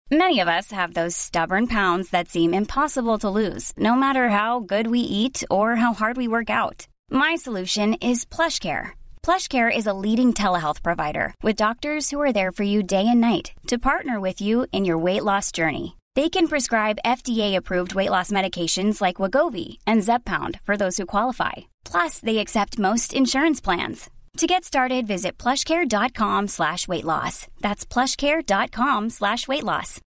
Many of us have those stubborn pounds that seem impossible to lose, no matter how good we eat or how hard we work out. My solution is PlushCare. PlushCare is a leading telehealth provider with doctors who are there for you day and night to partner with you in your weight loss journey. They can prescribe FDA-approved weight loss medications like Wegovy and Zepbound for those who qualify. Plus, they accept most insurance plans. To get started, visit plushcare.com/weightloss. That's plushcare.com/weightloss.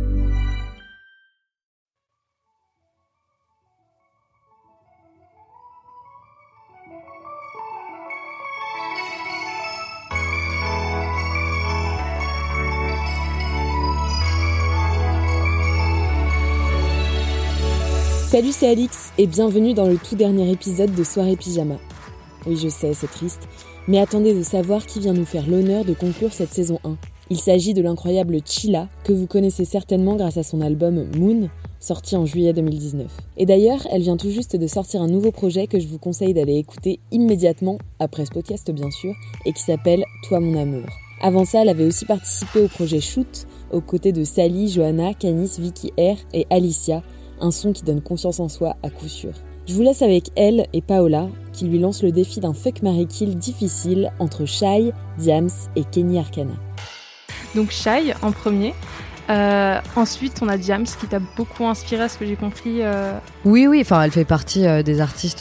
Salut, c'est Alix et bienvenue dans le tout dernier épisode de Soirée Pyjama. Oui, je sais, c'est triste, mais attendez de savoir qui vient nous faire l'honneur de conclure cette saison 1. Il s'agit de l'incroyable Chila, que vous connaissez certainement grâce à son album Moon, sorti en juillet 2019. Et d'ailleurs, elle vient tout juste de sortir un nouveau projet que je vous conseille d'aller écouter immédiatement, après ce podcast bien sûr, et qui s'appelle Toi mon amour. Avant ça, elle avait aussi participé au projet Shoot, aux côtés de Sally, Johanna, Canis, Vicky R et Alicia, un son qui donne confiance en soi à coup sûr. Je vous laisse avec elle et Paola, qui lui lance le défi d'un fuck, marry, kill difficile entre Shai, Diams et Kenny Arcana. Donc Shai en premier. Ensuite, on a Diams qui t'a beaucoup inspiré, à ce que j'ai compris. Oui, enfin, elle fait partie des artistes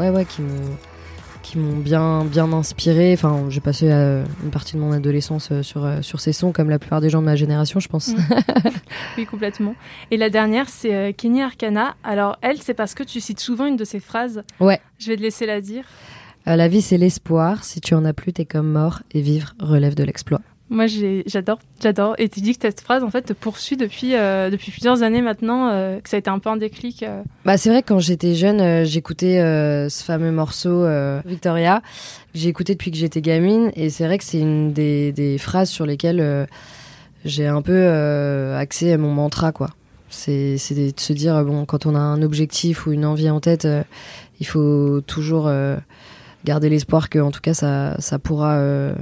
qui m'ont bien inspiré. Enfin, j'ai passé une partie de mon adolescence sur ces sons, comme la plupart des gens de ma génération, je pense. Oui, complètement. Et la dernière, c'est Kenny Arcana. Alors, elle, c'est parce que tu cites souvent une de ses phrases. Ouais. Je vais te laisser la dire. La vie, c'est l'espoir. Si tu en as plus, t'es comme mort. Et vivre relève de l'exploit. Moi, j'adore. Et tu dis que cette phrase, en fait, te poursuit depuis plusieurs années maintenant, que ça a été un peu un déclic. Bah, c'est vrai que quand j'étais jeune, j'écoutais ce fameux morceau Victoria, que j'ai écouté depuis que j'étais gamine. Et c'est vrai que c'est une des phrases sur lesquelles j'ai un peu axé mon mantra, quoi. C'est de se dire, bon, quand on a un objectif ou une envie en tête, il faut toujours garder l'espoir que, en tout cas, ça pourra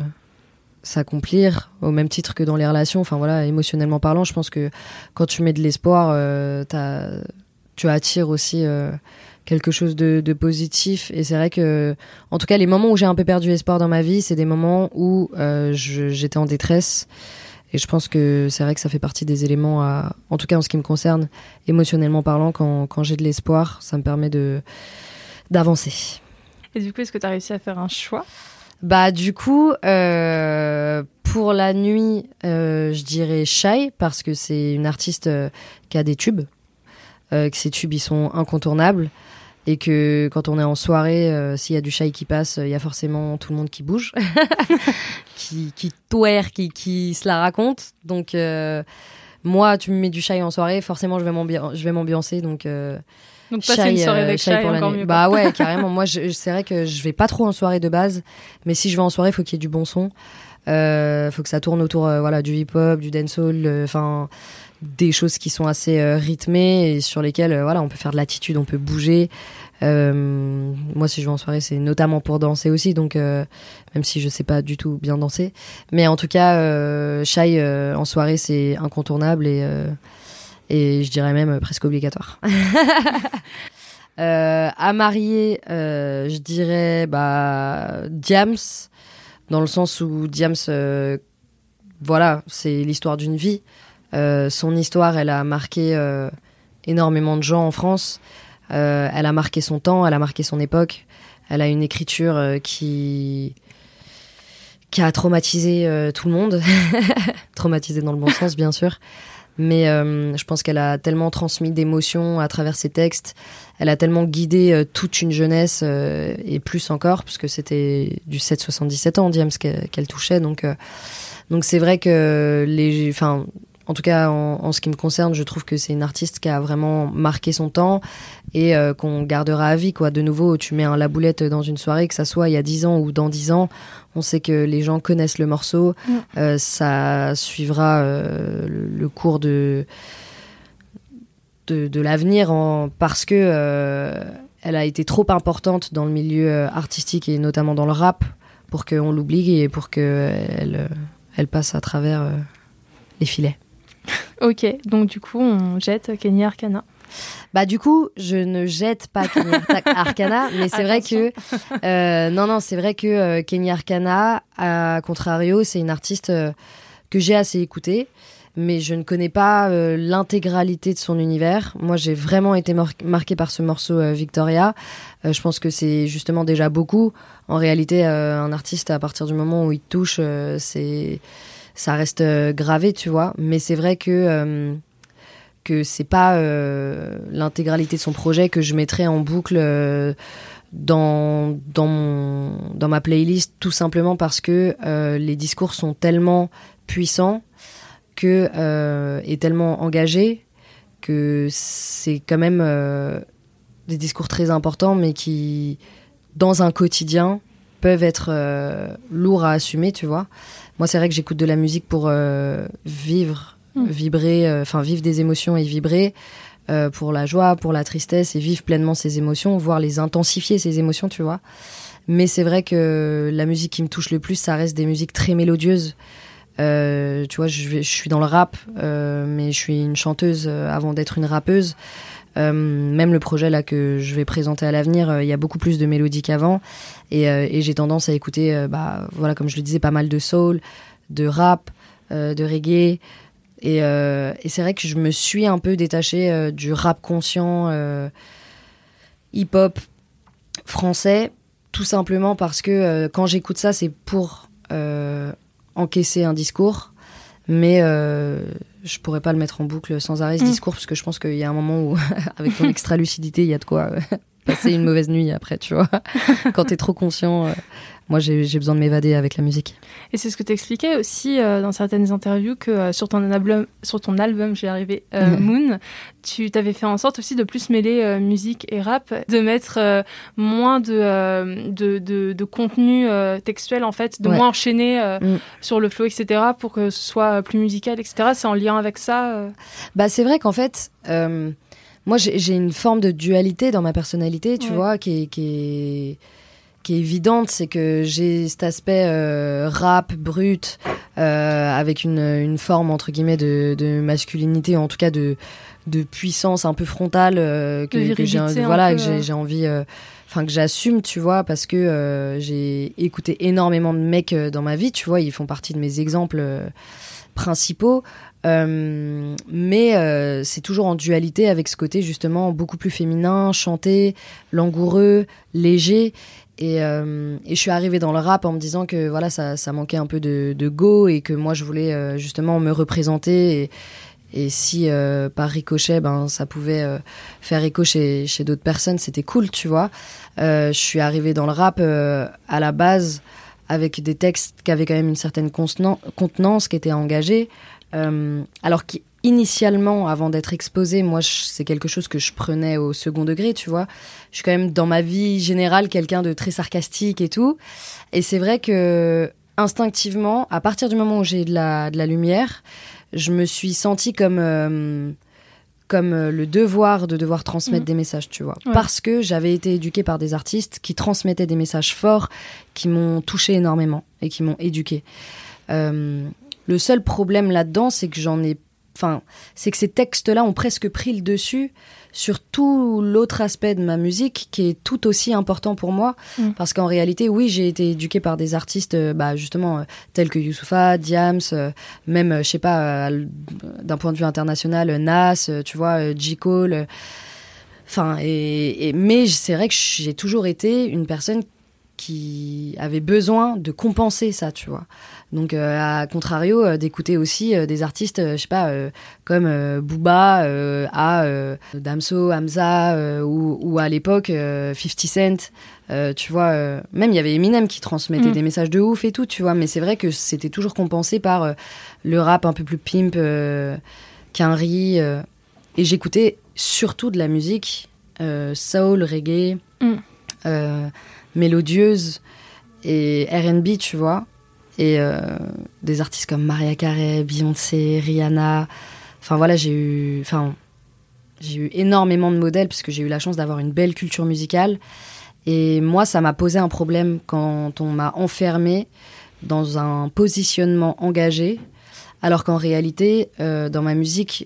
s'accomplir au même titre que dans les relations. Enfin voilà, émotionnellement parlant, je pense que quand tu mets de l'espoir, tu attires aussi quelque chose de positif. Et c'est vrai que, en tout cas, les moments où j'ai un peu perdu espoir dans ma vie, c'est des moments où j'étais en détresse. Et je pense que c'est vrai que ça fait partie des éléments, en tout cas en ce qui me concerne, émotionnellement parlant, quand j'ai de l'espoir, ça me permet d'avancer. Et du coup, est-ce que tu as réussi à faire un choix ? Bah du coup, pour la nuit, je dirais Shai, parce que c'est une artiste qui a des tubes, que ces tubes ils sont incontournables, et que quand on est en soirée, s'il y a du Shai qui passe, il y a forcément tout le monde qui bouge, qui twerk, qui se la raconte. Donc moi, tu me mets du Shai en soirée, forcément je vais m'ambiancer, donc passer une soirée avec Shai, encore mieux. Bah ouais, carrément. Moi, c'est vrai que je vais pas trop en soirée de base, mais si je vais en soirée, il faut qu'il y ait du bon son. Faut que ça tourne autour du hip-hop, du dancehall, enfin des choses qui sont assez rythmées et sur lesquelles on peut faire de l'attitude, on peut bouger. Moi, si je vais en soirée, c'est notamment pour danser aussi, donc même si je sais pas du tout bien danser, mais en tout cas, Shai en soirée, c'est incontournable et je dirais même presque obligatoire. À marier, je dirais Diams, dans le sens où Diams, c'est l'histoire d'une vie. Son histoire, elle a marqué énormément de gens en France. Elle a marqué son temps, elle a marqué son époque. Elle a une écriture qui a traumatisé tout le monde. Traumatisé dans le bon sens, bien sûr. Mais je pense qu'elle a tellement transmis d'émotions à travers ses textes. Elle a tellement guidé toute une jeunesse et plus encore, parce que c'était du 7-77 ans, Diams, qu'elle touchait. Donc c'est vrai que en tout cas, en ce qui me concerne, je trouve que c'est une artiste qui a vraiment marqué son temps et qu'on gardera à vie, quoi. De nouveau, tu mets un La Boulette dans une soirée, que ça soit il y a 10 ans ou dans 10 ans, on sait que les gens connaissent le morceau. Ça suivra le cours de l'avenir parce que elle a été trop importante dans le milieu artistique et notamment dans le rap pour qu'on l'oublie et pour qu'elle passe à travers les filets. Ok, donc du coup, on jette Kenny Arcana. Bah du coup, je ne jette pas Kenny Arcana, mais c'est vrai que c'est vrai que Kenny Arcana, à contrario, c'est une artiste que j'ai assez écoutée, mais je ne connais pas l'intégralité de son univers. Moi, j'ai vraiment été marquée par ce morceau Victoria. Je pense que c'est justement déjà beaucoup. En réalité, un artiste, à partir du moment où il touche, ça reste gravé, tu vois. Mais c'est vrai que c'est pas l'intégralité de son projet que je mettrais en boucle dans ma playlist, tout simplement parce que les discours sont tellement puissants et tellement engagés que c'est quand même des discours très importants, mais qui, dans un quotidien, peuvent être lourds à assumer, tu vois. Moi, c'est vrai que j'écoute de la musique pour vivre des émotions et vibrer, pour la joie, pour la tristesse, et vivre pleinement ces émotions, voire les intensifier, ces émotions, tu vois. Mais c'est vrai que la musique qui me touche le plus, ça reste des musiques très mélodieuses. Tu vois, je suis dans le rap, mais je suis une chanteuse avant d'être une rappeuse. Même le projet là que je vais présenter à l'avenir, il y a beaucoup plus de mélodies qu'avant, et j'ai tendance à écouter, voilà, comme je le disais, pas mal de soul, de rap, de reggae. Et c'est vrai que je me suis un peu détachée du rap conscient, hip-hop français, tout simplement parce que quand j'écoute ça, c'est pour encaisser un discours, mais je pourrais pas le mettre en boucle sans arrêt, ce discours, parce que je pense qu'il y a un moment où, avec ton extra-lucidité, il y a de quoi passer une mauvaise nuit après, tu vois. Quand t'es trop conscient, moi j'ai besoin de m'évader avec la musique. Et c'est ce que t'expliquais aussi dans certaines interviews, que sur ton album, j'y arrivais, Moon, tu t'avais fait en sorte aussi de plus mêler musique et rap, de mettre moins de contenu textuel, en fait, de moins enchaîner sur le flow, etc., pour que ce soit plus musical, etc. C'est en lien avec ça Bah, c'est vrai qu'en fait, moi j'ai une forme de dualité dans ma personnalité, tu vois, qui est évidente. C'est que j'ai cet aspect rap, brut, avec une forme, entre guillemets, de masculinité, en tout cas de puissance un peu frontale, que j'ai envie, que j'assume, tu vois, parce que j'ai écouté énormément de mecs dans ma vie, tu vois, ils font partie de mes exemples principaux. Mais c'est toujours en dualité avec ce côté justement beaucoup plus féminin, chanté, langoureux, léger. Et je suis arrivée dans le rap en me disant que voilà, ça manquait un peu de go, et que moi je voulais justement me représenter, et si par ricochet ça pouvait faire écho chez d'autres personnes, c'était cool, tu vois. Je suis arrivée dans le rap à la base avec des textes qui avaient quand même une certaine contenance, qui étaient engagés. Alors qu'initialement, avant d'être exposée, moi, c'est quelque chose que je prenais au second degré, tu vois. Je suis quand même, dans ma vie générale, quelqu'un de très sarcastique et tout. Et c'est vrai que, instinctivement, à partir du moment où j'ai de la lumière, je me suis sentie comme le devoir de devoir transmettre des messages, tu vois. Ouais. Parce que j'avais été éduquée par des artistes qui transmettaient des messages forts, qui m'ont touchée énormément et qui m'ont éduquée. Le seul problème là-dedans, c'est que c'est que ces textes-là ont presque pris le dessus sur tout l'autre aspect de ma musique, qui est tout aussi important pour moi. Parce qu'en réalité, oui, j'ai été éduquée par des artistes, justement, tels que Youssoupha, Diams, même, je sais pas, d'un point de vue international, Nas, tu vois, J. Cole. Mais c'est vrai que j'ai toujours été une personne qui avait besoin de compenser ça, tu vois. Donc, à contrario, d'écouter aussi des artistes, je sais pas, comme Booba, Damso, Hamza, ou à l'époque 50 Cent. Tu vois, même il y avait Eminem qui transmettait des messages de ouf et tout, tu vois. Mais c'est vrai que c'était toujours compensé par le rap un peu plus pimp, Quinry. Et j'écoutais surtout de la musique soul, reggae, mélodieuse et R&B, tu vois. Et des artistes comme Mariah Carey, Beyoncé, Rihanna. Enfin voilà, j'ai eu énormément de modèles, parce que j'ai eu la chance d'avoir une belle culture musicale. Et moi, ça m'a posé un problème quand on m'a enfermée dans un positionnement engagé, Alors qu'en réalité, dans ma musique,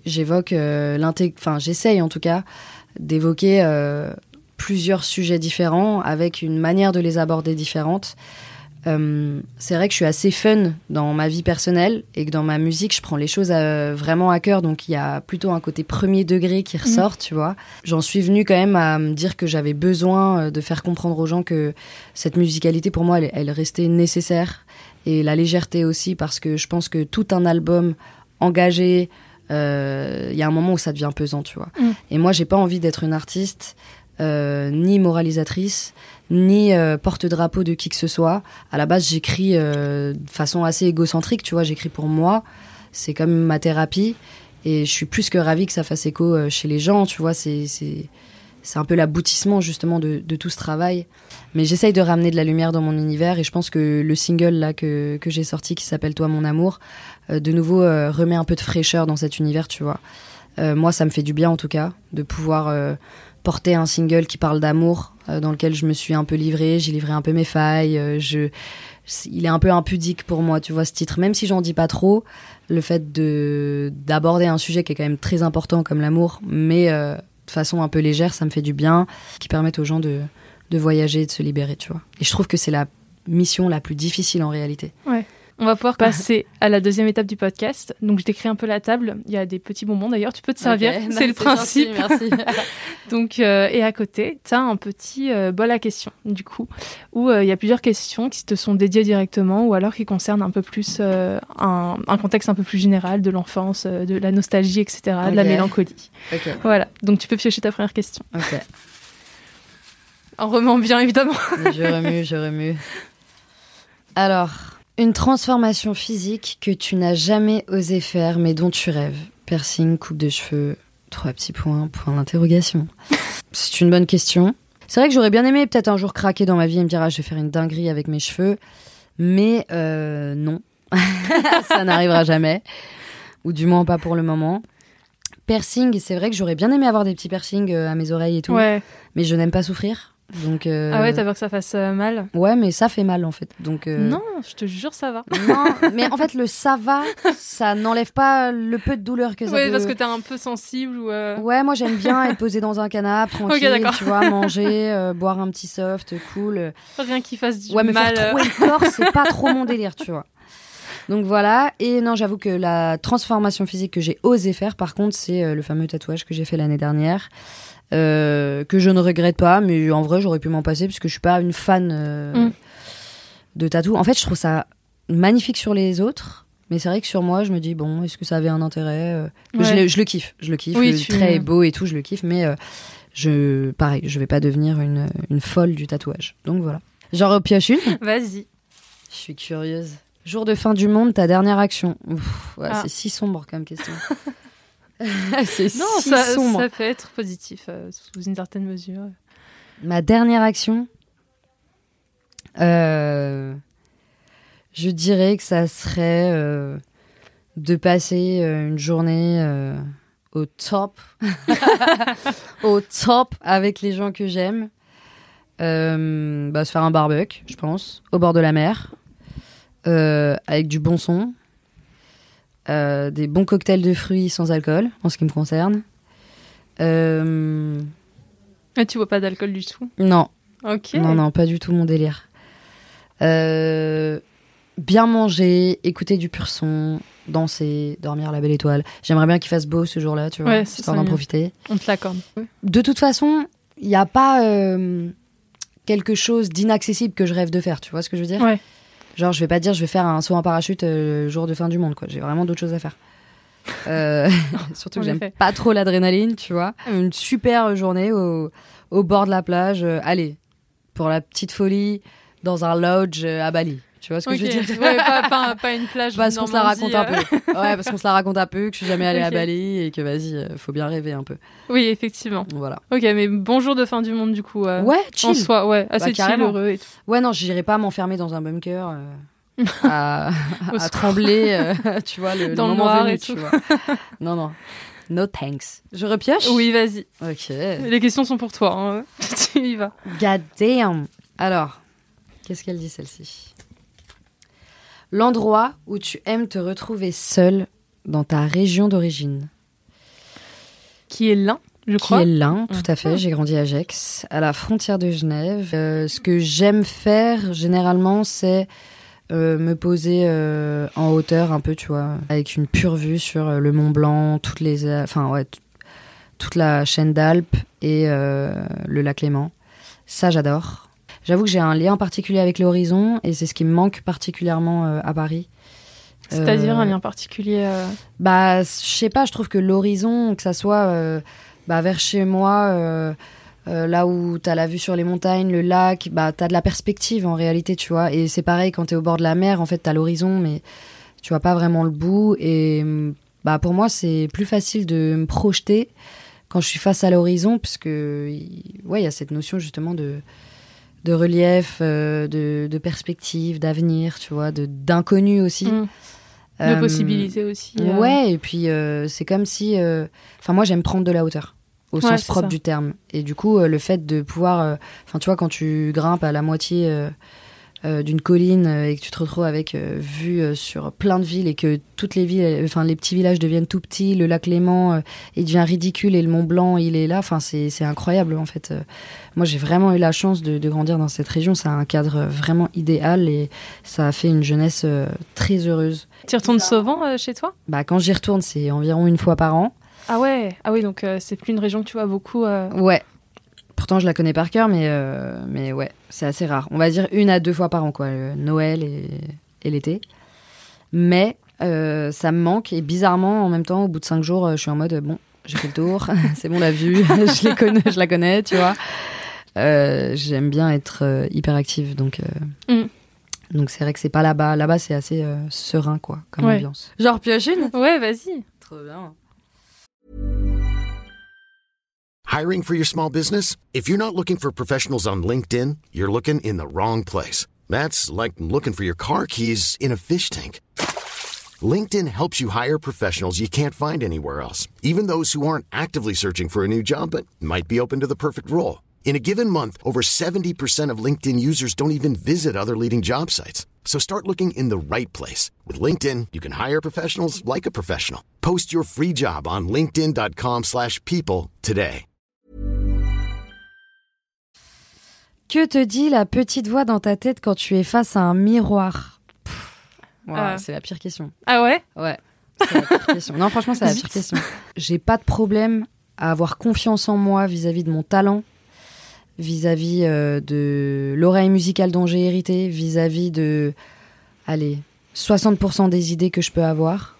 j'essaye en tout cas d'évoquer plusieurs sujets différents avec une manière de les aborder différente. C'est vrai que je suis assez fun dans ma vie personnelle et que dans ma musique, je prends les choses vraiment à cœur. Donc, il y a plutôt un côté premier degré qui ressort, tu vois. J'en suis venue quand même à me dire que j'avais besoin de faire comprendre aux gens que cette musicalité, pour moi, elle restait nécessaire. Et la légèreté aussi, parce que je pense que tout un album engagé, il y a un moment où ça devient pesant, tu vois. Et moi, j'ai pas envie d'être une artiste ni moralisatrice, ni porte-drapeau de qui que ce soit. À la base, j'écris de façon assez égocentrique, tu vois, j'écris pour moi. C'est comme ma thérapie. Et je suis plus que ravie que ça fasse écho chez les gens, tu vois. C'est un peu l'aboutissement, justement, de tout ce travail. Mais j'essaye de ramener de la lumière dans mon univers. Et je pense que le single là que j'ai sorti, qui s'appelle « Toi, mon amour », de nouveau remet un peu de fraîcheur dans cet univers, tu vois. Moi, ça me fait du bien, en tout cas, de pouvoir porter un single qui parle d'amour, dans lequel je me suis un peu livrée, j'ai livré un peu mes failles, il est un peu impudique pour moi, tu vois, ce titre. Même si j'en dis pas trop, le fait d'aborder un sujet qui est quand même très important comme l'amour, mais de façon un peu légère, ça me fait du bien, qui permettent aux gens de voyager et de se libérer, tu vois. Et je trouve que c'est la mission la plus difficile en réalité. Ouais. On va pouvoir passer à la deuxième étape du podcast. Donc, je décris un peu la table. Il y a des petits bonbons d'ailleurs. Tu peux te servir. Okay, c'est le principe. Gentil, merci. Donc, et à côté, tu as un petit bol à questions, du coup, où il y a plusieurs questions qui te sont dédiées directement ou alors qui concernent un peu plus un contexte un peu plus général de l'enfance, de la nostalgie, etc., de la mélancolie. Okay. Voilà. Donc, tu peux piocher ta première question. Ok. En remuant bien, évidemment. Je remue. Alors... Une transformation physique que tu n'as jamais osé faire, mais dont tu rêves. Piercing, coupe de cheveux, 3 petits points, point d'interrogation. C'est une bonne question. C'est vrai que j'aurais bien aimé peut-être un jour craquer dans ma vie et me dire « Ah, je vais faire une dinguerie avec mes cheveux ». Mais non, ça n'arrivera jamais. Ou du moins pas pour le moment. Piercing, c'est vrai que j'aurais bien aimé avoir des petits piercings à mes oreilles et tout. Ouais. Mais je n'aime pas souffrir. Donc, Ah ouais, t'as peur que ça fasse mal? Ouais, mais ça fait mal en fait. Donc, Non, je te jure, ça va. Non, mais en fait, le ça va, ça n'enlève pas le peu de douleur que ça peut... Ouais, parce que t'es un peu sensible ou... Ouais, moi j'aime bien être posée dans un canapé, tranquille, okay, tu vois, manger, boire un petit soft, cool. Rien qui fasse du mal. Ouais, mais mal. faire trouer le corps, c'est pas trop mon délire, tu vois. Donc voilà, et non, j'avoue que la transformation physique que j'ai osé faire, par contre, c'est le fameux tatouage que j'ai fait l'année dernière. Que je ne regrette pas, mais en vrai j'aurais pu m'en passer parce que je suis pas une fan de tatou. En fait, je trouve ça magnifique sur les autres, mais c'est vrai que sur moi je me dis bon, est-ce que ça avait un intérêt? Ouais. Je le kiffe, oui, le trait est beau et tout, je le kiffe, mais pareil, je vais pas devenir une folle du tatouage. Donc voilà. J'en repioche une. Vas-y. Je suis curieuse. Jour de fin du monde, ta dernière action. C'est si sombre comme question. C'est non, ça peut être positif sous une certaine mesure. Ma dernière action, je dirais que ça serait de passer une journée au top, au top avec les gens que j'aime, se faire un barbecue, je pense, au bord de la mer, avec du bon son. Des bons cocktails de fruits sans alcool, en ce qui me concerne. Et tu bois pas d'alcool du tout? Non. Ok. Non, pas du tout mon délire. Bien manger, écouter du pur son, danser, dormir à la belle étoile. J'aimerais bien qu'il fasse beau ce jour-là, tu vois, ouais, histoire d'en profiter. On te l'accorde. De toute façon, il n'y a pas quelque chose d'inaccessible que je rêve de faire, tu vois ce que je veux dire? Ouais. Genre, je vais pas dire je vais faire un saut en parachute jour de fin du monde, quoi. J'ai vraiment d'autres choses à faire. Surtout que j'aime pas trop l'adrénaline, tu vois. Une super journée au bord de la plage. Allez, pour la petite folie, dans un lodge à Bali. Tu vois ce que je veux dire? Ouais, pas une plage. Parce qu'on se la raconte un peu. Ouais, parce qu'on se la raconte un peu, que je suis jamais allée à Bali et que vas-y, faut bien rêver un peu. Oui, effectivement. Voilà. Ok, mais bon jour de fin du monde du coup. Ouais, chill. En soi, ouais, assez chill, heureux et tout. Ouais, non, j'irai pas m'enfermer dans un bunker à trembler, tu vois, le moment noir venu, et tu vois. Non. No thanks. Je repioche? Oui, vas-y. Ok. Les questions sont pour toi. Hein. Tu y vas. God damn. Alors, qu'est-ce qu'elle dit celle-ci? L'endroit où tu aimes te retrouver seule dans ta région d'origine. Qui est l'Ain, je crois. Qui est l'Ain, tout à fait. J'ai grandi à Gex, à la frontière de Genève. Ce que j'aime faire, généralement, c'est me poser en hauteur un peu, tu vois, avec une pure vue sur le Mont Blanc, toute la chaîne d'Alpes et le lac Léman. Ça, j'adore. J'avoue que j'ai un lien particulier avec l'horizon et c'est ce qui me manque particulièrement à Paris. C'est-à-dire un lien particulier Bah, je sais pas, je trouve que l'horizon, que ça soit vers chez moi, là où t'as la vue sur les montagnes, le lac, bah t'as de la perspective en réalité, tu vois. Et c'est pareil quand t'es au bord de la mer, en fait t'as l'horizon, mais tu vois pas vraiment le bout. Et bah pour moi c'est plus facile de me projeter quand je suis face à l'horizon, parce que ouais, il y a cette notion justement de relief, de perspective, d'avenir, tu vois, d'inconnu aussi. De possibilités aussi. Ouais, et puis c'est comme si... moi, j'aime prendre de la hauteur, au sens propre du terme. Et du coup, le fait de pouvoir... tu vois, quand tu grimpes à la moitié d'une colline et que tu te retrouves avec vue sur plein de villes et que toutes les villes, les petits villages deviennent tout petits, le lac Léman, il devient ridicule et le Mont Blanc, il est là. Enfin, c'est incroyable, en fait. Moi, j'ai vraiment eu la chance de grandir dans cette région. C'est un cadre vraiment idéal et ça a fait une jeunesse très heureuse. Tu retournes souvent chez toi ? Bah, quand j'y retourne, c'est environ une fois par an. Ah ouais, donc c'est plus une région que tu vois beaucoup. Ouais. Pourtant, je la connais par cœur, mais ouais, c'est assez rare. On va dire 1 à 2 fois par an, quoi. Noël et l'été. Mais ça me manque. Et bizarrement, en même temps, au bout de 5 jours, je suis en mode, bon, j'ai fait le tour. C'est bon, la vue. Je la connais, tu vois. J'aime bien être hyper active. Donc c'est vrai que c'est pas là-bas. Là-bas, c'est assez serein, quoi, comme ambiance. Genre, pioche une ? Ouais, vas-y. Trop bien. Hiring for your small business? If you're not looking for professionals on LinkedIn, you're looking in the wrong place. That's like looking for your car keys in a fish tank. LinkedIn helps you hire professionals you can't find anywhere else, even those who aren't actively searching for a new job but might be open to the perfect role. In a given month, over 70% of LinkedIn users don't even visit other leading job sites. So start looking in the right place. With LinkedIn, you can hire professionals like a professional. Post your free job on linkedin.com/people today. Que te dit la petite voix dans ta tête quand tu es face à un miroir ? C'est la pire question. Ah ouais ? Ouais, c'est la pire question. Non, franchement, c'est la pire question. J'ai pas de problème à avoir confiance en moi vis-à-vis de mon talent, vis-à-vis de l'oreille musicale dont j'ai hérité, vis-à-vis de, 60% des idées que je peux avoir,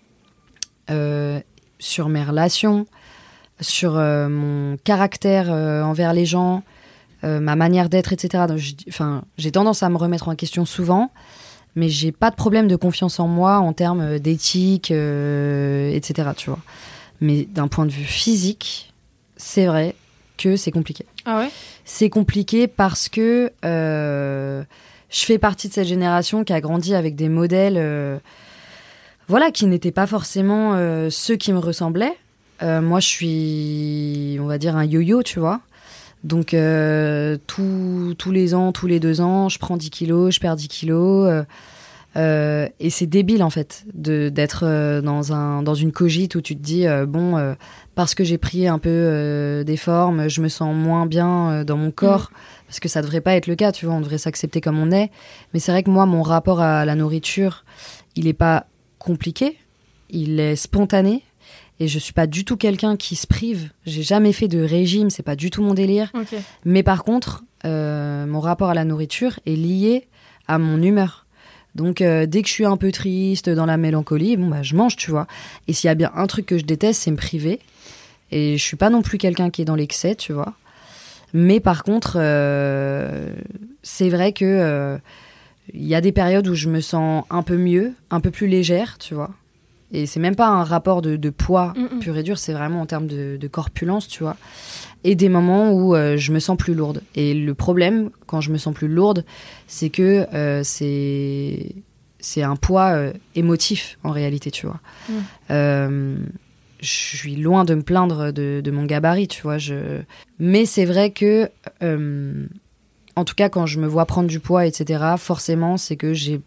sur mes relations, sur mon caractère envers les gens, ma manière d'être, etc. Donc, j'ai tendance à me remettre en question souvent, mais j'ai pas de problème de confiance en moi en termes d'éthique, etc. Tu vois. Mais d'un point de vue physique, c'est vrai que c'est compliqué. Ah ouais ? C'est compliqué parce que je fais partie de cette génération qui a grandi avec des modèles qui n'étaient pas forcément ceux qui me ressemblaient. Moi, je suis, on va dire, un yo-yo, tu vois. Donc, tous les ans, tous les 2 ans, je prends 10 kilos, je perds 10 kilos. Et c'est débile, en fait, d'être dans une cogite où tu te dis, parce que j'ai pris un peu des formes, je me sens moins bien dans mon corps. Parce que ça devrait pas être le cas, tu vois, on devrait s'accepter comme on est. Mais c'est vrai que moi, mon rapport à la nourriture, il est pas compliqué, il est spontané. Et je suis pas du tout quelqu'un qui se prive. J'ai jamais fait de régime, c'est pas du tout mon délire. Okay. Mais par contre, mon rapport à la nourriture est lié à mon humeur. Donc dès que je suis un peu triste, dans la mélancolie, je mange, tu vois. Et s'il y a bien un truc que je déteste, c'est me priver. Et je suis pas non plus quelqu'un qui est dans l'excès, tu vois. Mais par contre, c'est vrai que y a des périodes où je me sens un peu mieux, un peu plus légère, tu vois. Et c'est même pas un rapport de poids pur et dur, c'est vraiment en termes de corpulence, tu vois. Et des moments où je me sens plus lourde. Et le problème, quand je me sens plus lourde, c'est que c'est un poids émotif, en réalité, tu vois. Je suis loin de me plaindre de mon gabarit, tu vois. Mais c'est vrai que, en tout cas, quand je me vois prendre du poids, etc., forcément, c'est que j'ai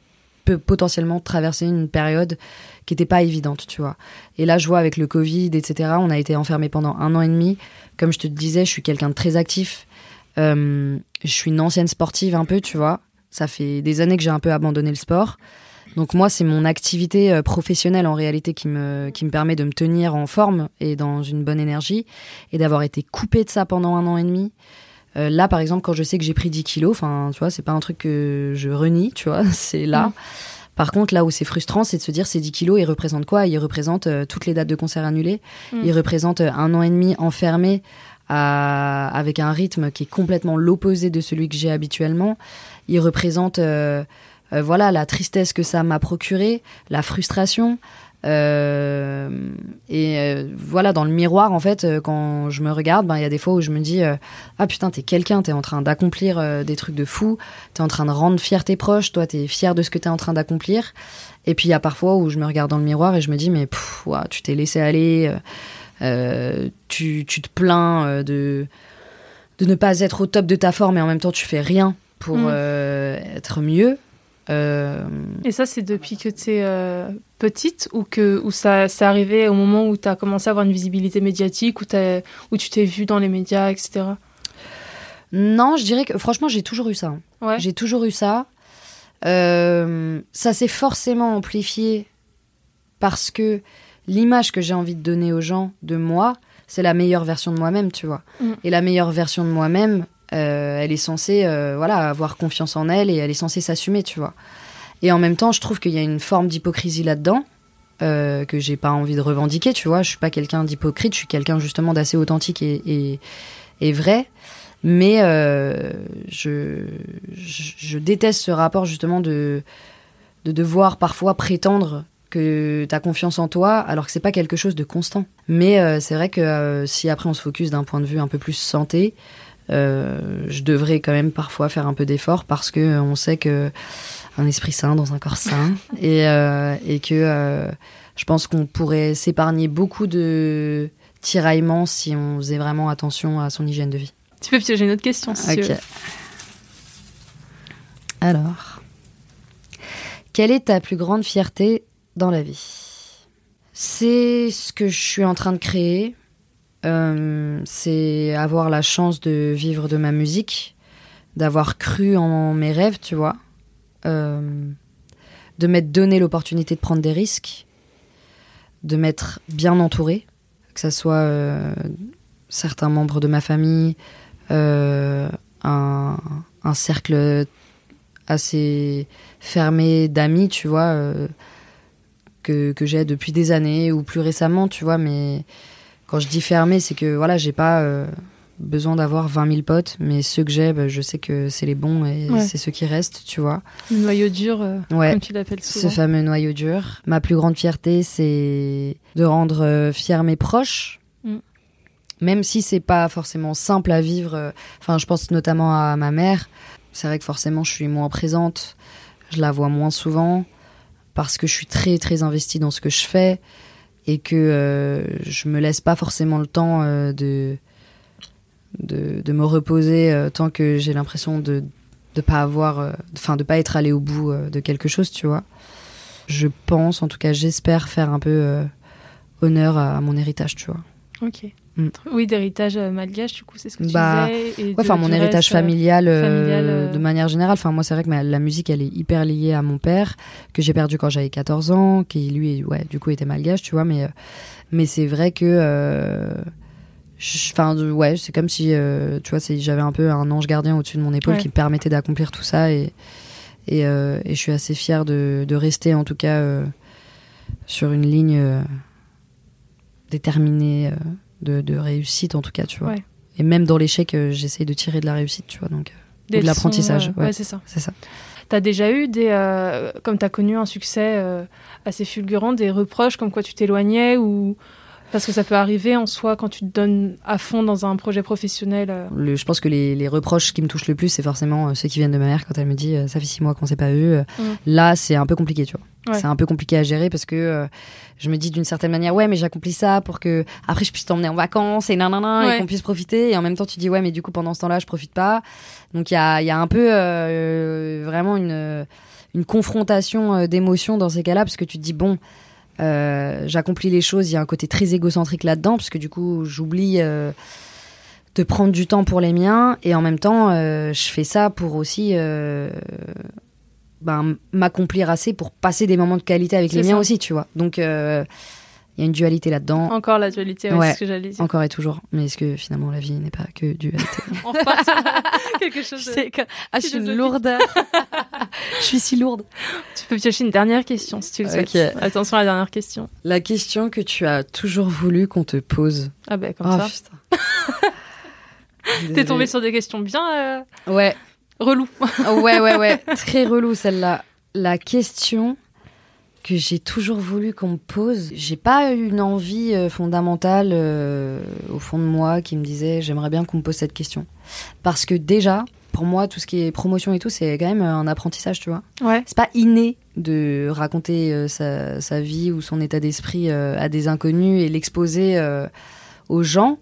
peux potentiellement traverser une période qui était pas évidente, tu vois. Et là, je vois avec le Covid, etc., on a été enfermés pendant 1 an et demi. Comme je te disais, je suis quelqu'un de très actif. Je suis une ancienne sportive un peu, tu vois. Ça fait des années que j'ai un peu abandonné le sport. Donc moi, c'est mon activité professionnelle en réalité qui me permet de me tenir en forme et dans une bonne énergie. Et d'avoir été coupée de ça pendant 1 an et demi. Là, par exemple, quand je sais que j'ai pris 10 kilos, enfin, tu vois, c'est pas un truc que je renie, tu vois, c'est là. Par contre, là où c'est frustrant, c'est de se dire ces 10 kilos, ils représentent quoi ? Ils représentent toutes les dates de concert annulées. Ils représentent 1 an et demi enfermé avec un rythme qui est complètement l'opposé de celui que j'ai habituellement. Ils représentent voilà, la tristesse que ça m'a procuré, la frustration. Voilà, dans le miroir, en fait, quand je me regarde, il y a des fois où je me dis ah putain, t'es quelqu'un, t'es en train d'accomplir des trucs de fou, t'es en train de rendre fier tes proches, toi t'es fier de ce que t'es en train d'accomplir. Et puis il y a parfois où je me regarde dans le miroir et je me dis mais ouah, tu t'es laissé aller, tu te plains de ne pas être au top de ta forme et en même temps tu fais rien pour être mieux. Et ça, c'est depuis que tu es petite ou ça c'est arrivé au moment où tu as commencé à avoir une visibilité médiatique, où tu t'es vue dans les médias, etc. Non, je dirais que franchement, j'ai toujours eu ça. Ouais. J'ai toujours eu ça. Ça s'est forcément amplifié parce que l'image que j'ai envie de donner aux gens de moi, c'est la meilleure version de moi-même, tu vois. Et la meilleure version de moi-même, elle est censée avoir confiance en elle et elle est censée s'assumer, tu vois. Et en même temps, je trouve qu'il y a une forme d'hypocrisie là-dedans que j'ai pas envie de revendiquer, tu vois. Je suis pas quelqu'un d'hypocrite, je suis quelqu'un justement d'assez authentique et vrai. Mais je déteste ce rapport justement de devoir parfois prétendre que t'as confiance en toi alors que c'est pas quelque chose de constant. Mais c'est vrai que si après on se focus d'un point de vue un peu plus santé, je devrais quand même parfois faire un peu d'effort parce que on sait que un esprit sain dans un corps sain et que je pense qu'on pourrait s'épargner beaucoup de tiraillements si on faisait vraiment attention à son hygiène de vie. Tu peux piéger une autre question si tu veux. Alors, quelle est ta plus grande fierté dans la vie ? C'est ce que je suis en train de créer. C'est avoir la chance de vivre de ma musique, d'avoir cru en mes rêves, tu vois, de m'être donné l'opportunité de prendre des risques, de m'être bien entourée, que ça soit certains membres de ma famille, un cercle assez fermé d'amis, tu vois, que j'ai depuis des années ou plus récemment, tu vois, mais quand je dis fermé, c'est que voilà, j'ai pas besoin d'avoir 20 000 potes, mais ceux que j'ai, je sais que c'est les bons et c'est ceux qui restent, tu vois. Le noyau dur, comme tu l'appelles souvent. Ce fameux noyau dur. Ma plus grande fierté, c'est de rendre fiers mes proches, même si c'est pas forcément simple à vivre. Enfin, je pense notamment à ma mère. C'est vrai que forcément, je suis moins présente, je la vois moins souvent, parce que je suis très, très investie dans ce que je fais. Et que je me laisse pas forcément le temps de me reposer tant que j'ai l'impression de pas avoir, de pas être allée au bout de quelque chose, tu vois. Je pense, en tout cas, j'espère faire un peu honneur à mon héritage, tu vois. Ok. Oui, d'héritage malgache, du coup, c'est ce que tu disais. Et mon héritage familial de manière générale. Enfin, moi, c'est vrai que la musique, elle est hyper liée à mon père, que j'ai perdu quand j'avais 14 ans, qui lui, du coup, était malgache, tu vois. Mais c'est vrai que... c'est comme si, tu vois, j'avais un peu un ange gardien au-dessus de mon épaule qui me permettait d'accomplir tout ça. Et je suis assez fière de rester, en tout cas, sur une ligne déterminée... De réussite en tout cas, tu vois. Ouais. Et même dans l'échec, j'essaye de tirer de la réussite, tu vois, donc ou de l'apprentissage. Ouais, c'est ça. C'est ça. T'as déjà eu comme t'as connu un succès assez fulgurant, des reproches comme quoi tu t'éloignais ou parce que ça peut arriver en soi quand tu te donnes à fond dans un projet professionnel. Je pense que les reproches qui me touchent le plus, c'est forcément ceux qui viennent de ma mère quand elle me dit ça fait 6 mois qu'on s'est pas vu. Là, c'est un peu compliqué, tu vois. Ouais. C'est un peu compliqué à gérer parce que je me dis d'une certaine manière mais j'accomplis ça pour que après je puisse t'emmener en vacances et et qu'on puisse profiter, et en même temps tu dis mais du coup pendant ce temps-là je profite pas. Donc il y a un peu vraiment une une confrontation d'émotions dans ces cas-là, parce que tu te dis, bon, j'accomplis les choses, il y a un côté très égocentrique là-dedans, parce que du coup, j'oublie de prendre du temps pour les miens, et en même temps, je fais ça pour aussi m'accomplir assez pour passer des moments de qualité avec les miens aussi, tu vois. Donc, il y a une dualité là-dedans. Encore la dualité, ouais, c'est ce que j'allais dire. Encore et toujours. Mais est-ce que finalement, la vie n'est pas que dualité? Enfin, quelque chose de... je suis une lourde. Je suis si lourde. Tu peux piocher une dernière question, si tu le souhaites. Okay. Attention à la dernière question. La question que tu as toujours voulu qu'on te pose. Ah ben, comme ça. Putain. T'es tombée sur des questions bien... Ouais. Relou. Ouais. Très relou, celle-là. La question que j'ai toujours voulu qu'on me pose, j'ai pas eu une envie fondamentale au fond de moi qui me disait j'aimerais bien qu'on me pose cette question. Parce que déjà, pour moi, tout ce qui est promotion et tout, c'est quand même un apprentissage, tu vois. Ouais. C'est pas inné de raconter sa vie ou son état d'esprit à des inconnus et l'exposer aux gens.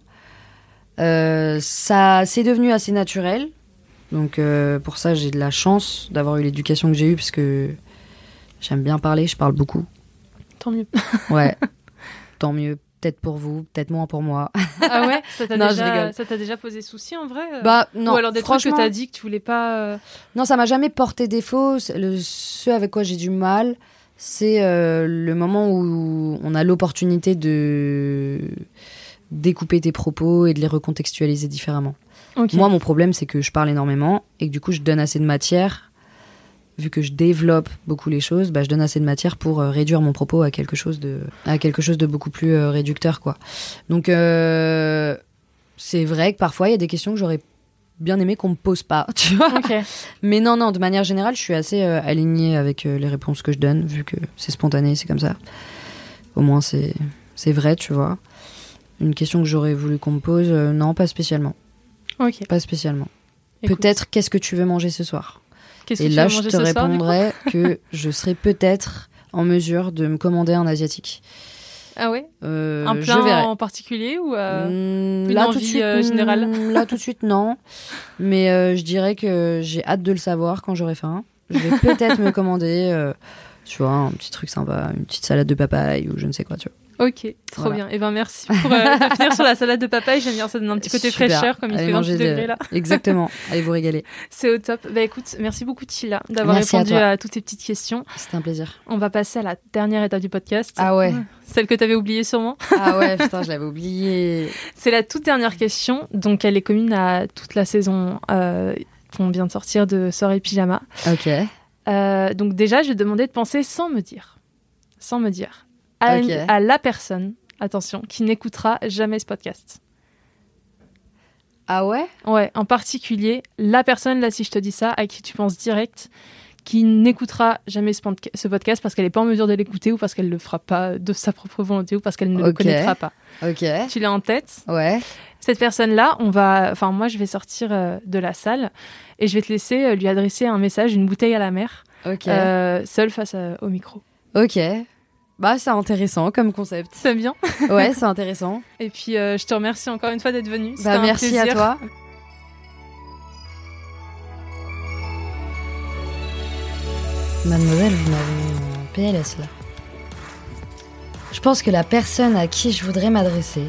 Ça, c'est devenu assez naturel. Donc pour ça, j'ai de la chance d'avoir eu l'éducation que j'ai eue, parce que j'aime bien parler, je parle beaucoup. Tant mieux. Ouais, tant mieux. Peut-être pour vous, peut-être moins pour moi. Ah ouais, ça t'a déjà posé souci en vrai Bah non, ou alors des trucs que t'as dit que tu voulais pas... Non, ça m'a jamais porté défaut. Ce avec quoi j'ai du mal, c'est le moment où on a l'opportunité de découper tes propos et de les recontextualiser différemment. Okay. Moi, mon problème, c'est que je parle énormément et que du coup, je donne assez de matière. Vu que je développe beaucoup les choses, je donne assez de matière pour réduire mon propos à quelque chose de beaucoup plus réducteur, quoi. Donc, c'est vrai que parfois, il y a des questions que j'aurais bien aimé qu'on me pose pas, tu vois. Okay. Mais non, de manière générale, je suis assez alignée avec les réponses que je donne, vu que c'est spontané, c'est comme ça. Au moins, c'est vrai, tu vois. Une question que j'aurais voulu qu'on me pose, non, pas spécialement. Ok. Pas spécialement. Écoute. Peut-être, qu'est-ce que tu veux manger ce soir ? Et là, je te répondrais que je serais peut-être en mesure de me commander un asiatique. Ah ouais un plat en particulier ou une là, envie tout de suite, générale? Là, tout de suite, non. Mais je dirais que j'ai hâte de le savoir quand j'aurai faim. Je vais peut-être me commander, tu vois, un petit truc sympa, une petite salade de papaye ou je ne sais quoi, tu vois. Ok, trop bien. Et merci pour de finir sur la salade de papaye. J'aime bien, ça donne un petit côté fraîcheur, comme il fait 28 degrés là. Exactement, allez vous régaler. C'est au top. Écoute, merci beaucoup Tila d'avoir répondu à toutes ces petites questions. C'était un plaisir. On va passer à la dernière étape du podcast. Ah ouais. Celle que t'avais oubliée sûrement. Ah ouais, putain, je l'avais oubliée. C'est la toute dernière question, donc elle est commune à toute la saison qu'on vient de sortir de Soirée Pyjama. Ok. Donc déjà, je vais te demander de penser sans me dire. À la personne, attention, qui n'écoutera jamais ce podcast. Ah ouais ? Ouais, en particulier, la personne, là, si je te dis ça, à qui tu penses direct, qui n'écoutera jamais ce podcast parce qu'elle n'est pas en mesure de l'écouter ou parce qu'elle ne le fera pas de sa propre volonté ou parce qu'elle ne le connaîtra pas. Ok. Tu l'as en tête ? Ouais. Cette personne-là, moi, je vais sortir de la salle et je vais te laisser lui adresser un message, une bouteille à la mer, seule face au micro. Ok. C'est intéressant comme concept. C'est bien. Ouais, c'est intéressant. Et puis, je te remercie encore une fois d'être venue. Merci à toi. Mademoiselle, vous m'avez mis en PLS là. Je pense que la personne à qui je voudrais m'adresser,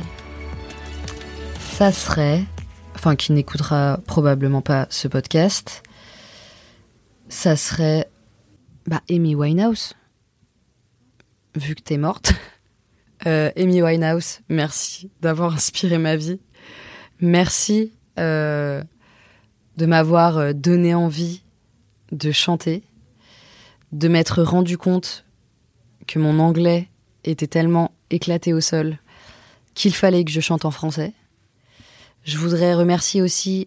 ça serait... Enfin, qui n'écoutera probablement pas ce podcast, ça serait... Amy Winehouse. Vu que t'es morte. Amy Winehouse, merci d'avoir inspiré ma vie. Merci de m'avoir donné envie de chanter, de m'être rendu compte que mon anglais était tellement éclaté au sol qu'il fallait que je chante en français. Je voudrais remercier aussi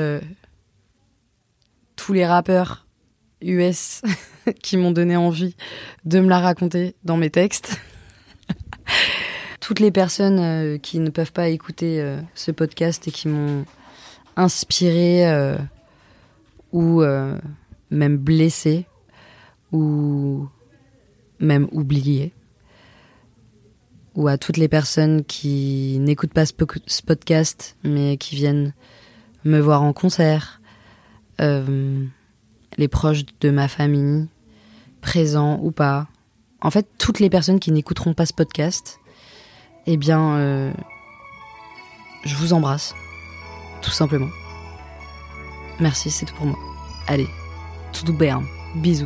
tous les rappeurs US qui m'ont donné envie de me la raconter dans mes textes. Toutes les personnes qui ne peuvent pas écouter ce podcast et qui m'ont inspiré ou même blessé ou même oublié. Ou à toutes les personnes qui n'écoutent pas ce podcast mais qui viennent me voir en concert. Les proches de ma famille, présents ou pas, en fait, toutes les personnes qui n'écouteront pas ce podcast, eh bien, je vous embrasse, tout simplement. Merci, c'est tout pour moi. Allez, tout bien, bisous.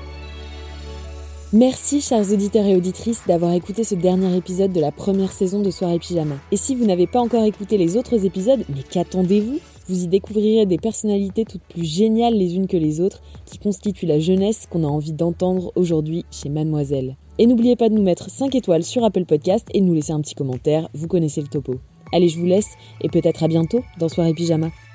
Merci chers auditeurs et auditrices d'avoir écouté ce dernier épisode de la première saison de Soirée Pyjama. Et si vous n'avez pas encore écouté les autres épisodes, mais qu'attendez-vous ? Vous y découvrirez des personnalités toutes plus géniales les unes que les autres qui constituent la jeunesse qu'on a envie d'entendre aujourd'hui chez Mademoiselle. Et n'oubliez pas de nous mettre 5 étoiles sur Apple Podcast et de nous laisser un petit commentaire, vous connaissez le topo. Allez, je vous laisse et peut-être à bientôt dans Soirée Pyjama.